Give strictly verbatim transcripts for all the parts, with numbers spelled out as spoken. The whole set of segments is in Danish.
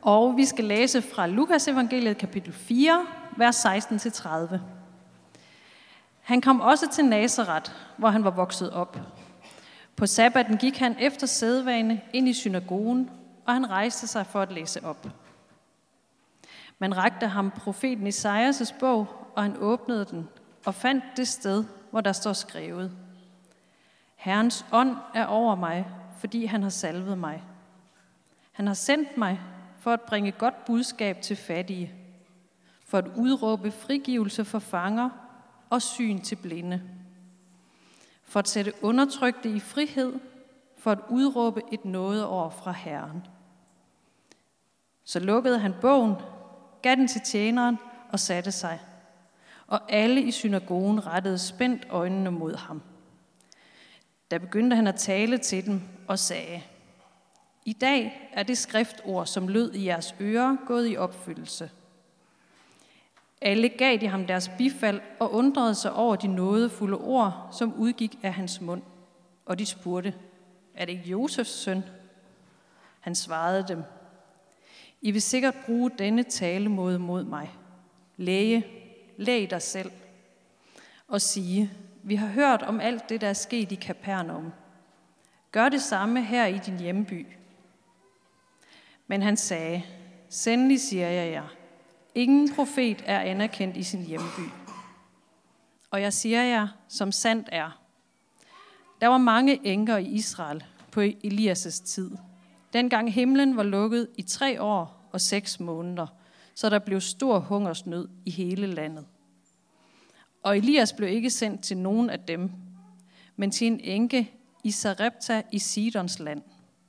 Og vi skal læse fra Lukas evangeliet kapitel fire, vers seksten til tredive. Han kom også til Nazaret, hvor han var vokset op. På sabbaten gik han efter sædvane ind i synagogen, og han rejste sig for at læse op. Man rakte ham profeten Esajas' bog, og han åbnede den og fandt det sted, hvor der står skrevet: Herrens ånd er over mig, fordi han har salvet mig. Han har sendt mig for at bringe godt budskab til fattige, for at udråbe frigivelse for fanger og syn til blinde, for at sætte undertrykte i frihed, for at udråbe et nådeår fra Herren. Så lukkede han bogen, gav den til tjeneren og satte sig, og alle i synagogen rettede spændt øjnene mod ham. Da begyndte han at tale til dem og sagde: I dag er det skriftord, som lød i jeres ører, gået i opfyldelse. Alle gav de ham deres bifald og undrede sig over de nådefulde ord, som udgik af hans mund. Og de spurgte: Er det ikke Josefs søn? Han svarede dem: I vil sikkert bruge denne talemåde mod mig. Læge, læg dig selv og sige: Vi har hørt om alt det, der er sket i Kapernaum. Gør det samme her i din hjemby. Men han sagde: Sandelig siger jeg jer, ingen profet er anerkendt i sin hjemby. Og jeg siger jer, som sandt er. Der var mange enker i Israel på Elias' tid, dengang himlen var lukket i tre år og seks måneder, så der blev stor hungersnød i hele landet. Og Elias blev ikke sendt til nogen af dem, men til en enke i Sarepta i Sidons land.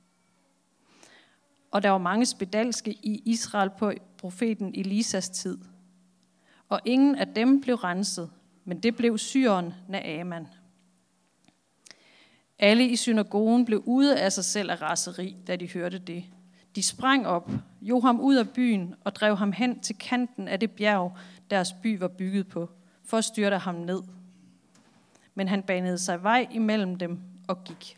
Og der var mange spedalske i Israel på profeten Elisas tid. Og ingen af dem blev renset, men det blev syren Naaman. Alle i synagogen blev ude af sig selv af raseri, da de hørte det. De sprang op, jog ham ud af byen og drev ham hen til kanten af det bjerg, deres by var bygget på, for at styrte ham ned. Men han banede sig vej imellem dem og gik.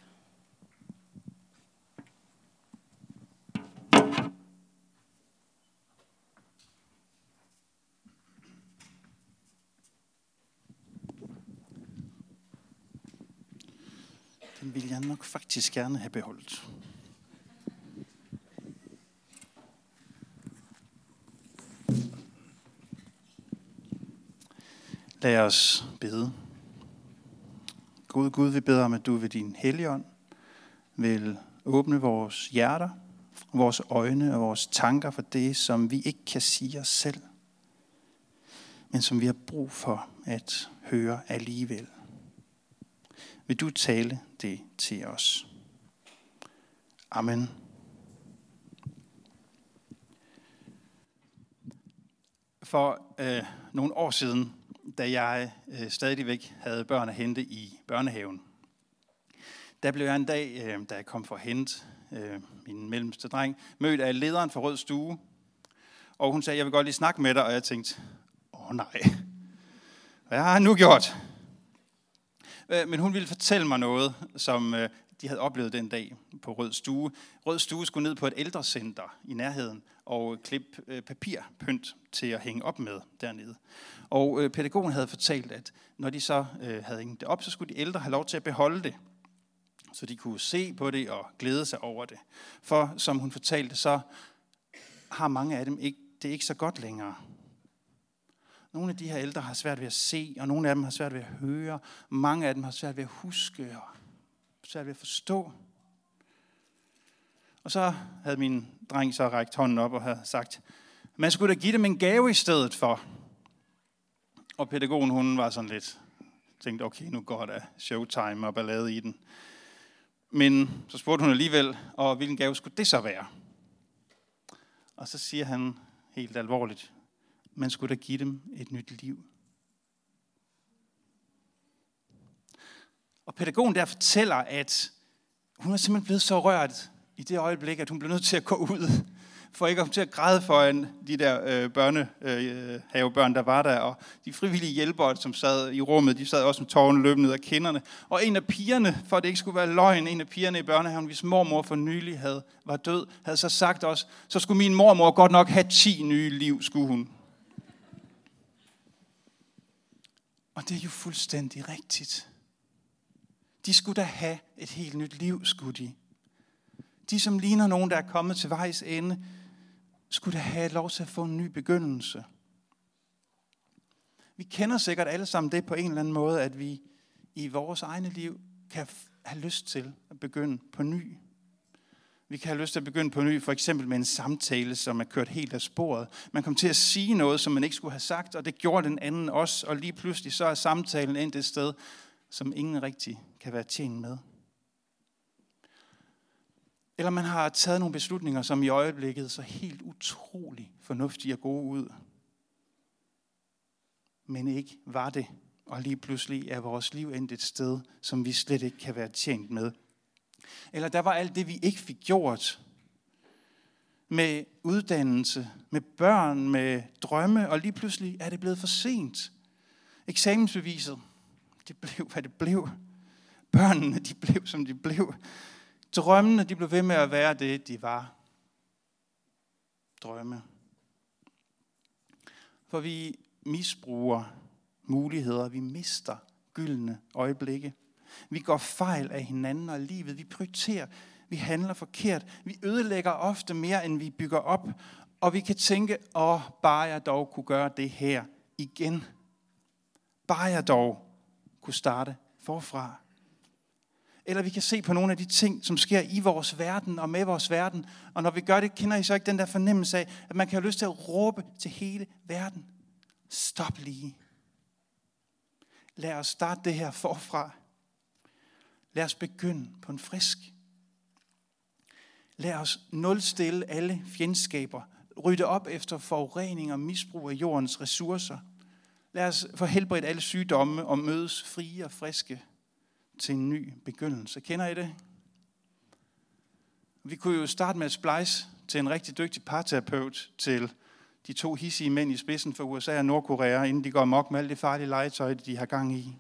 Den vil jeg nok faktisk gerne have beholdt. Lad os bede. Gud, Gud, vi beder om, at du ved din Helligånd vil åbne vores hjerter, vores øjne og vores tanker for det, som vi ikke kan sige os selv, men som vi har brug for at høre alligevel. Vil du tale det til os? Amen. For øh, nogle år siden, da jeg øh, stadigvæk havde børn at hente i børnehaven, der blev jeg en dag, øh, da jeg kom for at hente øh, min mellemste dreng, mødt af lederen for Rød Stue. Og hun sagde: Jeg vil godt lige snakke med dig. Og jeg tænkte: Åh oh, nej, hvad har han nu gjort? Men hun ville fortælle mig noget, som de havde oplevet den dag på Rød Stue. Rød Stue skulle ned på et ældrecenter i nærheden og klippe papirpynt til at hænge op med dernede. Og pædagogen havde fortalt, at når de så havde hængt det op, så skulle de ældre have lov til at beholde det, så de kunne se på det og glæde sig over det. For som hun fortalte, så har mange af dem ikke, det er ikke så godt længere. Nogle af de her ældre har svært ved at se, og nogle af dem har svært ved at høre. Mange af dem har svært ved at huske og svært ved at forstå. Og så havde min dreng så rækt hånden op og havde sagt: Man skulle da give dem en gave i stedet for. Og pædagogen, hun var sådan lidt, tænkte, okay, nu går der showtime og ballade i den. Men så spurgte hun alligevel, og hvilken gave skulle det så være? Og så siger han helt alvorligt: Man skulle da give dem et nyt liv. Og pædagogen der fortæller, at hun er simpelthen blevet så rørt i det øjeblik, at hun blev nødt til at gå ud for ikke at komme til at græde foran de der øh, børnehavebørn, der var der, og de frivillige hjælpere, som sad i rummet, de sad også med tårerne løbende ud af kinderne. Og en af pigerne, for at det ikke skulle være løgn, en af pigerne i børnehaven, hvis mormor for nylig havde, var død, havde så sagt også, så skulle min mormor godt nok have ti nye liv, skulle hun. Og det er jo fuldstændig rigtigt. De skulle da have et helt nyt liv, skulle de. De, som ligner nogen, der er kommet til vejs ende, skulle da have lov til at få en ny begyndelse. Vi kender sikkert alle sammen det på en eller anden måde, at vi i vores egne liv kan have lyst til at begynde på ny. Vi kan have lyst til at begynde på ny, for eksempel med en samtale, som er kørt helt af sporet. Man kom til at sige noget, som man ikke skulle have sagt, og det gjorde den anden også, og lige pludselig så er samtalen endt et sted, som ingen rigtig kan være tjent med. Eller man har taget nogle beslutninger, som i øjeblikket så helt utrolig fornuftige og gode ud, men ikke var det, og lige pludselig er vores liv endt et sted, som vi slet ikke kan være tjent med. Eller der var alt det, vi ikke fik gjort, med uddannelse, med børn, med drømme, og lige pludselig er det blevet for sent. Eksamensbeviset, det blev, hvad det blev. Børnene, de blev, som de blev. Drømmene, de blev ved med at være det, de var. Drømme. For vi misbruger muligheder, vi mister gyldne øjeblikke. Vi går fejl af hinanden og livet, vi prioriterer, vi handler forkert, vi ødelægger ofte mere, end vi bygger op, og vi kan tænke, åh, bare jeg dog kunne gøre det her igen. Bare jeg dog kunne starte forfra. Eller vi kan se på nogle af de ting, som sker i vores verden og med vores verden. Og når vi gør det, kender I så ikke den der fornemmelse af, at man kan have lyst til at råbe til hele verden. Stop lige. Lad os starte det her forfra. Lad os begynde på en frisk. Lad os nulstille alle fjendskaber. Rydde op efter forurening og misbrug af jordens ressourcer. Lad os få helbredt alle sygdomme og mødes frie og friske til en ny begyndelse. Kender I det? Vi kunne jo starte med at splice til en rigtig dygtig parterapeut til de to hidsige mænd i spidsen for U S A og Nordkorea, inden de går amok med alt det farlige legetøj, de har gang i.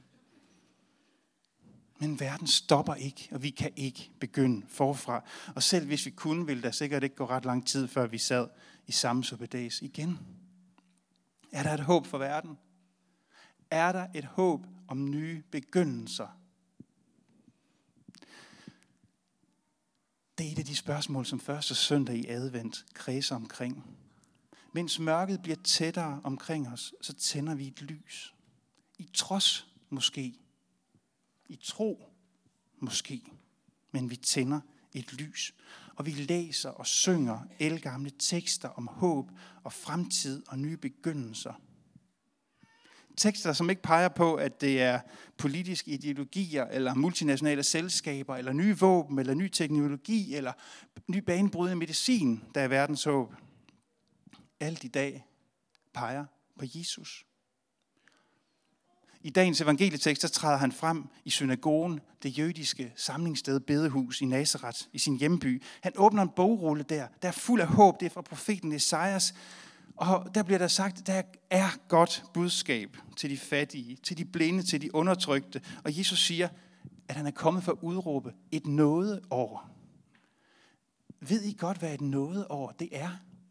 Men verden stopper ikke, og vi kan ikke begynde forfra. Og selv hvis vi kunne, ville der sikkert ikke gå ret lang tid, før vi sad i samme suppedags igen. Er der et håb for verden? Er der et håb om nye begyndelser? Det er et af de spørgsmål, som første søndag i advent kredser omkring. Mens mørket bliver tættere omkring os, så tænder vi et lys. I trods måske. I tro måske. Men vi tænder et lys. Og vi læser og synger ældgamle tekster om håb og fremtid og nye begyndelser. Tekster, som ikke peger på, at det er politiske ideologier, eller multinationale selskaber, eller nye våben, eller ny teknologi, eller ny banebrydende medicin, der er verdens håb. Alt i dag peger på Jesus. I dagens evangelietekst, der træder han frem i synagogen, det jødiske samlingssted bedehus i Nazaret, i sin hjemby. Han åbner en bogrulle der, der er fuld af håb, det er fra profeten Esajas. Og der bliver der sagt, at der er godt budskab til de fattige, til de blinde, til de undertrykte. Og Jesus siger, at han er kommet for at udråbe et nådeår. Ved I godt, hvad et nådeår det er?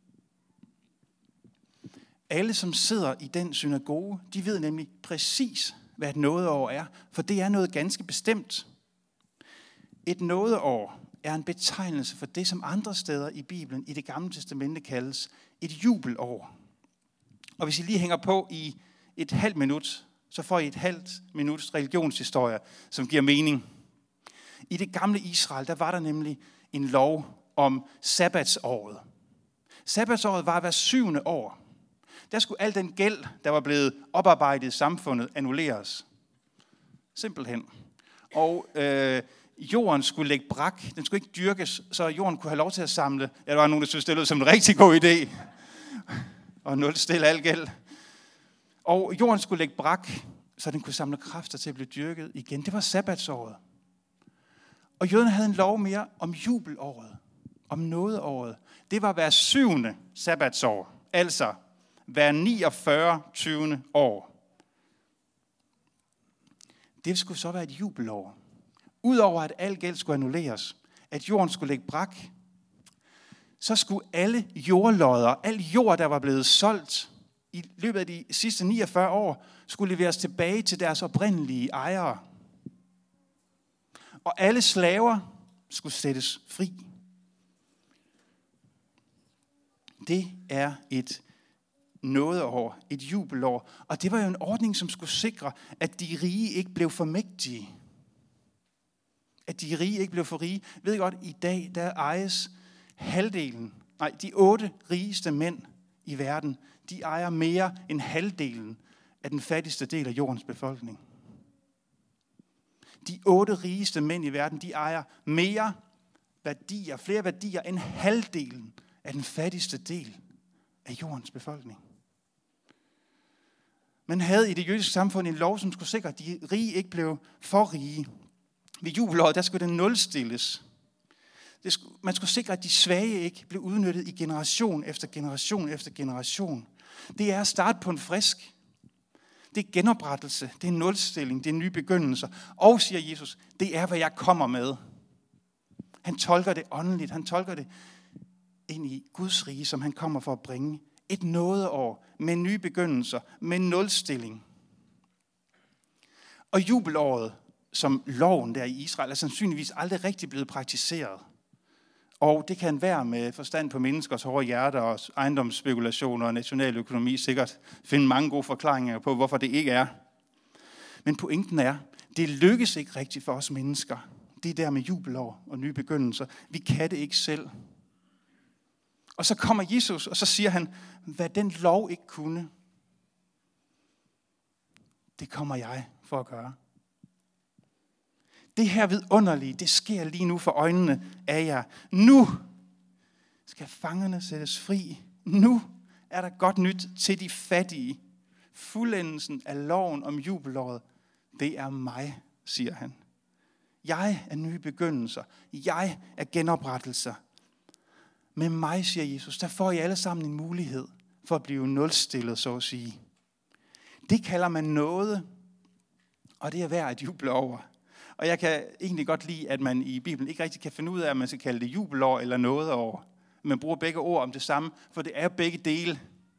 Alle, som sidder i den synagoge, de ved nemlig præcis, hvad et nådeår er, for det er noget ganske bestemt. Et nådeår er en betegnelse for det, som andre steder i Bibelen i Det Gamle Testamente kaldes et jubelår. Og hvis I lige hænger på i et halvt minut, så får I et halvt minuts religionshistorie, som giver mening. I det gamle Israel, der var der nemlig en lov om sabbatsåret. Sabbatsåret var hver syvende år. Der skulle al den gæld, der var blevet oparbejdet i samfundet, annulleres. Simpelthen. Og øh, jorden skulle lægge brak. Den skulle ikke dyrkes, så jorden kunne have lov til at samle. Ja, der var nogen, der synes, det lød som en rigtig god idé. Og nulstille al gæld. Og jorden skulle lægge brak, så den kunne samle kræfter til at blive dyrket igen. Det var sabbatsåret. Og jøderne havde en lov mere om jubelåret. om nådeåret. Det var hver syvende sabbatsår, altså hver niogfyrre tyvende år. Det skulle så være et jubelår. Udover at al gæld skulle annulleres, at jorden skulle ligge brak, så skulle alle jordlodder, al jord, der var blevet solgt i løbet af de sidste niogfyrre år, skulle leveres tilbage til deres oprindelige ejere. Og alle slaver skulle sættes fri. Det er et nådeår, et jubelår. Og det var jo en ordning, som skulle sikre, at de rige ikke blev for mægtige. At de rige ikke blev for rige. Ved I godt, i dag der ejes halvdelen, nej, de otte rigeste mænd i verden, de ejer mere end halvdelen af den fattigste del af jordens befolkning. De otte rigeste mænd i verden, de ejer mere værdier, flere værdier end halvdelen af den fattigste del af jordens befolkning. Man havde i det jødiske samfund en lov, som skulle sikre, at de rige ikke blev for rige. Ved jubelåret, der skulle det nulstilles. Det skulle, man skulle sikre, at de svage ikke blev udnyttet i generation efter generation efter generation. Det er at starte på en frisk. Det er genoprettelse, det er nulstilling, det er nye begyndelser. Og, siger Jesus, det er, hvad jeg kommer med. Han tolker det åndeligt, han tolker det ind i Guds rige, som han kommer for at bringe. Et nådeår med nye begyndelser, med nulstilling. Og jubelåret, som loven der i Israel, er sandsynligvis aldrig rigtig blevet praktiseret. Og det kan være med forstand på menneskers hårde hjerter og ejendomsspekulationer og nationaløkonomi sikkert finde mange gode forklaringer på, hvorfor det ikke er. Men pointen er, det lykkes ikke rigtigt for os mennesker. Det der med jubelår og nye begyndelser. Vi kan det ikke selv. Og så kommer Jesus, og så siger han, hvad den lov ikke kunne, det kommer jeg for at gøre. Det her vidunderlige, det sker lige nu for øjnene af jer. Nu skal fangerne sættes fri. Nu er der godt nyt til de fattige. Fuldendelsen af loven om jubelåret, det er mig, siger han. Jeg er nye begyndelser. Jeg er genoprettelser. Med mig, siger Jesus, der får I alle sammen en mulighed for at blive nulstillet, så at sige. Det kalder man nåde, og det er værd at juble over. Og jeg kan egentlig godt lide, at man i Bibelen ikke rigtig kan finde ud af, om man skal kalde det jubelår eller nådeår. Man bruger begge ord om det samme, for det er begge dele.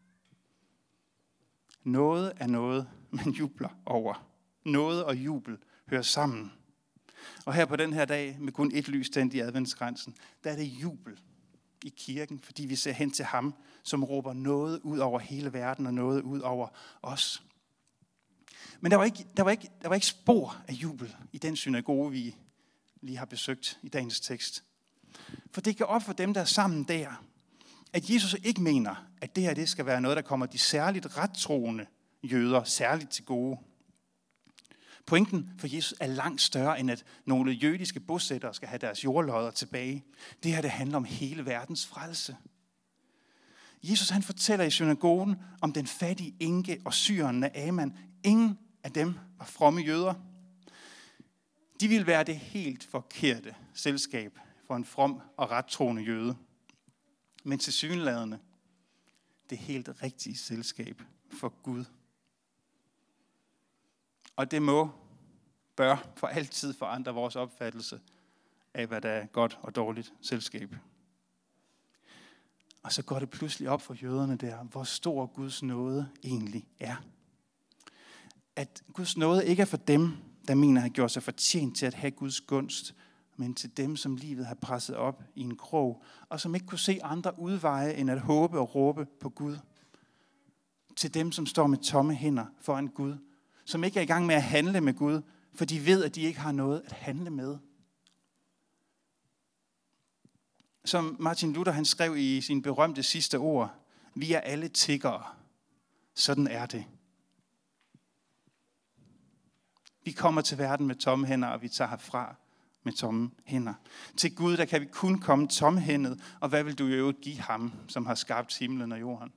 Noget er noget, man jubler over. Noget og jubel hører sammen. Og her på den her dag, med kun et lys tændt i adventskrænsen, der er det jubel i kirken, fordi vi ser hen til ham, som råber noget ud over hele verden og noget ud over os. Men der var ikke, der var ikke, der var ikke spor af jubel i den synagoge, vi lige har besøgt i dagens tekst. For det kan op for dem, der er sammen der, at Jesus ikke mener, at det her det skal være noget, der kommer de særligt rettroende jøder særligt til gode. Pointen for Jesus er langt større, end at nogle jødiske bosættere skal have deres jordlodder tilbage. Det her det handler om hele verdens frelse. Jesus han fortæller i synagogen om den fattige enke og syren af Aman. Ingen af dem var fromme jøder. De ville være det helt forkerte selskab for en from og rettroende jøde. Men tilsyneladende det helt rigtige selskab for Gud. Og det må, bør for altid forandre vores opfattelse af, hvad der er godt og dårligt selskab. Og så går det pludselig op for jøderne der, hvor stor Guds nåde egentlig er. At Guds nåde ikke er for dem, der mener at have gjort sig fortjent til at have Guds gunst, men til dem, som livet har presset op i en krog, og som ikke kunne se andre udveje end at håbe og råbe på Gud. Til dem, som står med tomme hænder foran Gud, som ikke er i gang med at handle med Gud, for de ved, at de ikke har noget at handle med. Som Martin Luther han skrev i sin berømte sidste ord, vi er alle tiggere. Sådan er det. Vi kommer til verden med tomme hænder, og vi tager herfra med tomme hænder. Til Gud, der kan vi kun komme tomhændet, og hvad vil du i øvrigt give ham, som har skabt himlen og jorden?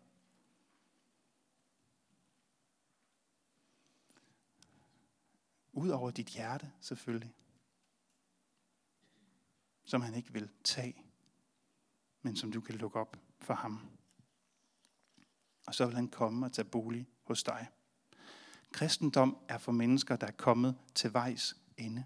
Ud over dit hjerte, selvfølgelig. Som han ikke vil tage. men som du kan lukke op for ham. Og så vil han komme og tage bolig hos dig. Kristendom er for mennesker, der er kommet til vejs ende.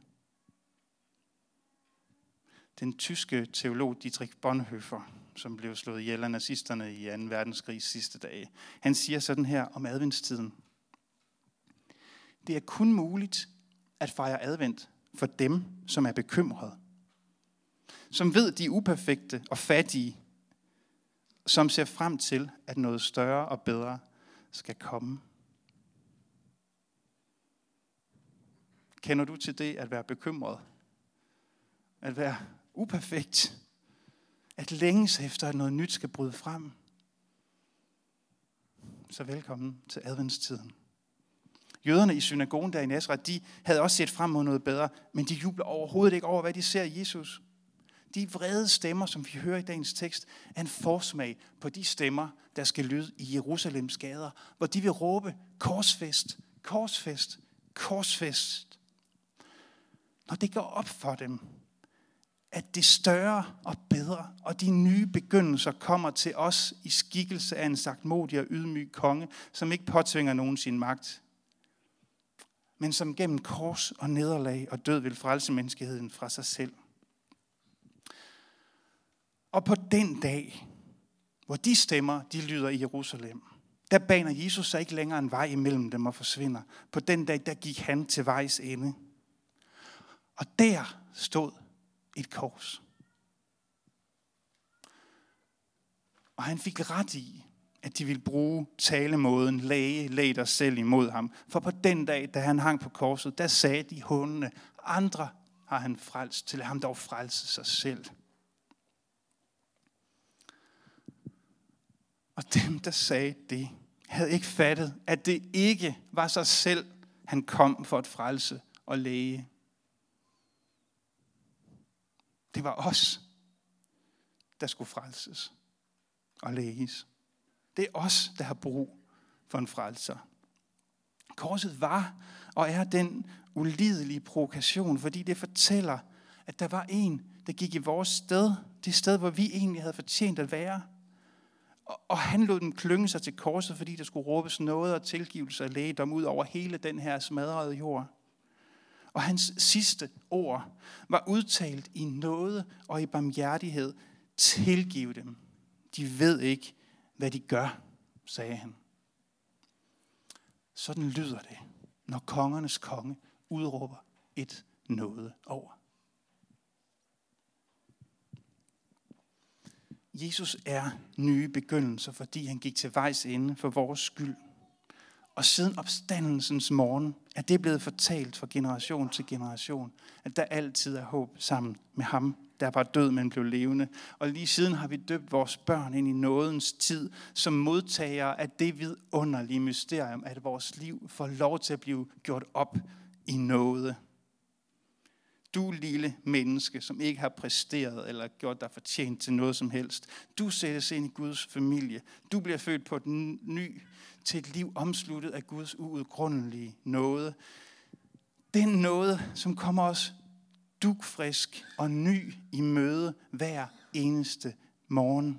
Den tyske teolog Dietrich Bonhoeffer, som blev slået ihjel af nazisterne i anden verdenskrigs sidste dage, han siger sådan her om adventstiden. Det er kun muligt at fejre advent for dem, som er bekymrede. Som ved, de er uperfekte og fattige. Som ser frem til, at noget større og bedre skal komme. Kender du til det at være bekymret? At være uperfekt? At længes efter, at noget nyt skal bryde frem? Så velkommen til adventstiden. Jøderne i synagogen der i Nazaret, de havde også set frem mod noget bedre, men de jubler overhovedet ikke over, hvad de ser i Jesus. De vrede stemmer, som vi hører i dagens tekst, er en forsmag på de stemmer, der skal lyde i Jerusalems gader, hvor de vil råbe korsfæst, korsfæst, korsfæst. Når det går op for dem, at det større og bedre og de nye begyndelser kommer til os i skikkelse af en sagtmodig og ydmyg konge, som ikke påtvinger nogen sin magt, men som gennem kors og nederlag og død vil frelse menneskeheden fra sig selv. Og på den dag, hvor de stemmer, de lyder i Jerusalem, der baner Jesus sig ikke længere en vej imellem dem og forsvinder. På den dag, der gik han til vejs ende. Og der stod et kors. Og han fik ret i, at de ville bruge talemåden, læge, læg dig selv imod ham. For på den dag, da han hang på korset, der sagde de hånende, andre har han frelst, til ham dog frelse sig selv. Og dem, der sagde det, havde ikke fattet, at det ikke var sig selv, han kom for at frelse og læge. Det var os, der skulle frelses og læges. Det er os, der har brug for en frelser. Korset var og er den ulidelige provokation, fordi det fortæller, at der var en, der gik i vores sted, det sted, hvor vi egentlig havde fortjent at være. Og han lod dem klynge sig til korset, fordi der skulle råbes noget og tilgivelse og lægedom ud over hele den her smadrede jord. Og hans sidste ord var udtalt i nåde og i barmhjertighed. Tilgiv dem. De ved ikke, hvad de gør, sagde han. Sådan lyder det, når kongernes konge udråber et nåde over. Jesus er nye begyndelser, fordi han gik til vejs ende for vores skyld. Og siden opstandelsens morgen er det blevet fortalt fra generation til generation, at der altid er håb sammen med ham, der var død, men blev levende. Og lige siden har vi døbt vores børn ind i nådens tid, som modtagere af det vidunderlige mysterium, at vores liv får lov til at blive gjort op i nåde. Du lille menneske, som ikke har præsteret eller gjort dig fortjent til noget som helst. Du sættes ind i Guds familie. Du bliver født på den ny til et liv omsluttet af Guds uudgrundelige nåde. Den nåde, som kommer os dugfrisk og ny i møde hver eneste morgen.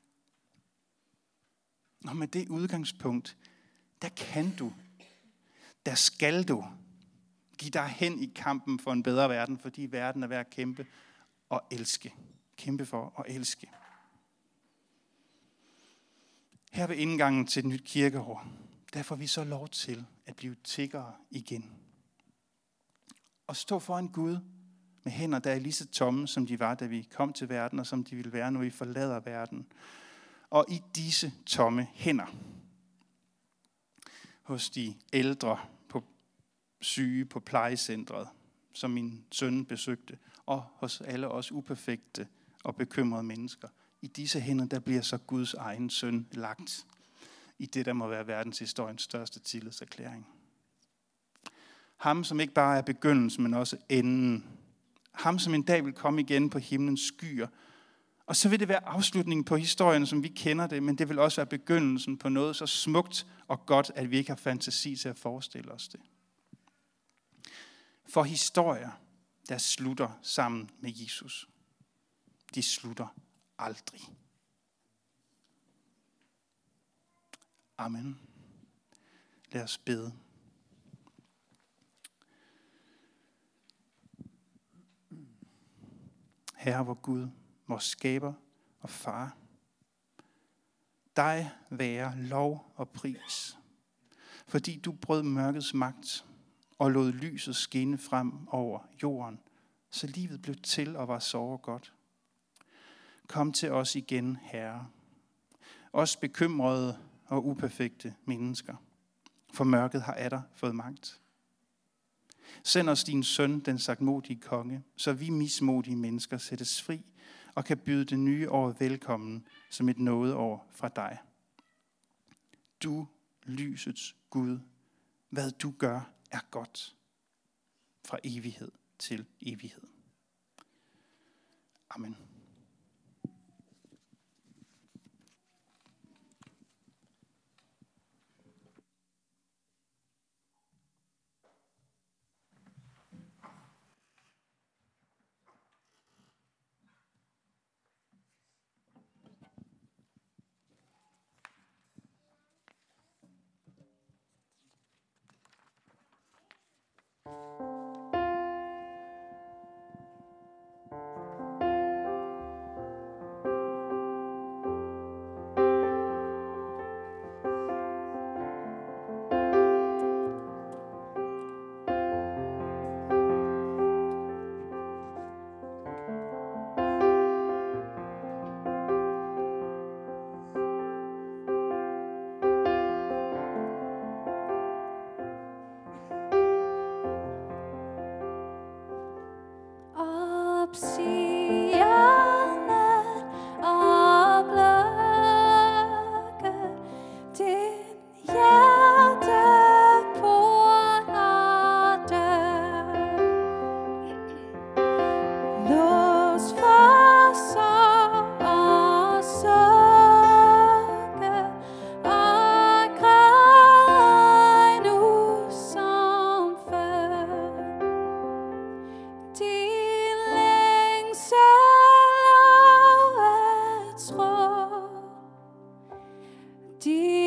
Og med det udgangspunkt, der kan du, der skal du giv dig hen i kampen for en bedre verden, fordi verden er værd at kæmpe og elske. Kæmpe for at elske. Her ved indgangen til et nyt kirkeår, der får vi så lov til at blive tiggere igen. Og stå foran Gud med hænder, der er lige så tomme, som de var, da vi kom til verden, og som de vil være, når vi forlader verden. Og i disse tomme hænder, hos de ældre, syge på plejecentret, som min søn besøgte, og hos alle os uperfekte og bekymrede mennesker. I disse hænder, der bliver så Guds egen søn lagt i det, der må være verdenshistoriens største tillidserklæring. Ham, som ikke bare er begyndelsen, men også enden. Ham, som en dag vil komme igen på himlens skyer. Og så vil det være afslutningen på historien, som vi kender det, men det vil også være begyndelsen på noget så smukt og godt, at vi ikke har fantasi til at forestille os det. For historier, der slutter sammen med Jesus, de slutter aldrig. Amen. Lad os bede. Herre vor Gud, vor skaber og far, dig være lov og pris, fordi du brød mørkets magt og lod lyset skinne frem over jorden, så livet blev til og var såre godt. Kom til os igen, Herre, os bekymrede og uperfekte mennesker, for mørket har atter fået magt. Send os din søn, den sagtmodige konge, så vi mismodige mennesker sættes fri og kan byde det nye år velkommen som et nådeår fra dig. Du, lysets Gud, hvad du gør er godt, fra evighed til evighed. Amen. Din